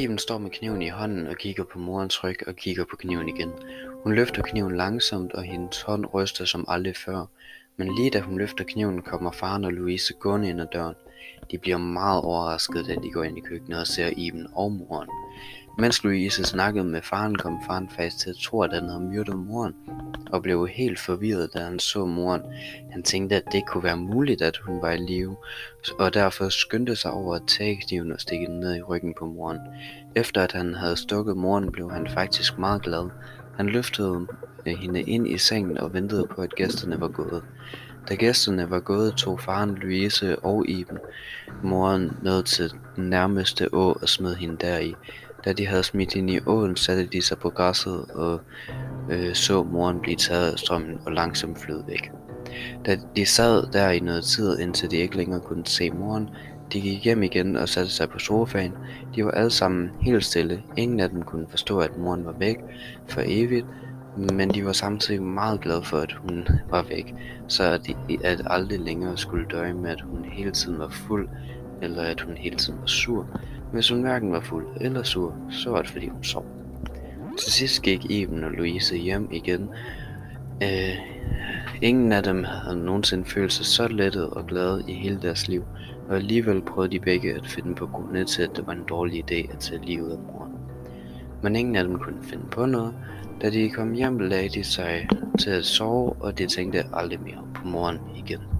Iben står med kniven i hånden og kigger på morens ryg og kigger på kniven igen. Hun løfter kniven langsomt, og hendes hånd ryster som aldrig før. Men lige da hun løfter kniven, kommer faren og Louise gående ind ad døren. De bliver meget overraskede, da de går ind i køkkenet og ser Iben og moren. Mens Louise snakkede med faren, kom faren faktisk til at tro, at han havde myrdet moren, og blev helt forvirret, da han så moren. Han tænkte, at det kunne være muligt, at hun var i live, og derfor skyndte sig over at tage kniven og stikke den ned i ryggen på moren. Efter at han havde stukket moren, blev han faktisk meget glad. Han løftede hende ind i sengen og ventede på, at gæsterne var gået. Da gæsterne var gået, tog faren Louise og Iben moren ned til den nærmeste å og smed hende deri. Da de havde smidt hende i åen, satte de sig på græsset og så moren blive taget af strømmen og langsomt flyde væk. Da de sad der i noget tid, indtil de ikke længere kunne se moren, de gik hjem igen og satte sig på sofaen. De var alle sammen helt stille. Ingen af dem kunne forstå, at moren var væk for evigt, men de var samtidig meget glade for, at hun var væk, så at aldrig længere skulle døje med, at hun hele tiden var fuld, eller at hun hele tiden var sur. Hvis hun hverken var fuld eller sur, så var det fordi hun sov. Til sidst gik Iben og Louise hjem igen. Ingen af dem havde nogensinde følt sig så lettet og glade i hele deres liv, og alligevel prøvede de begge at finde på grunde til, at det var en dårlig idé at tage livet af moren. Men ingen af dem kunne finde på noget. Da de kom hjem, lagde de sig til at sove, og de tænkte aldrig mere på moren igen.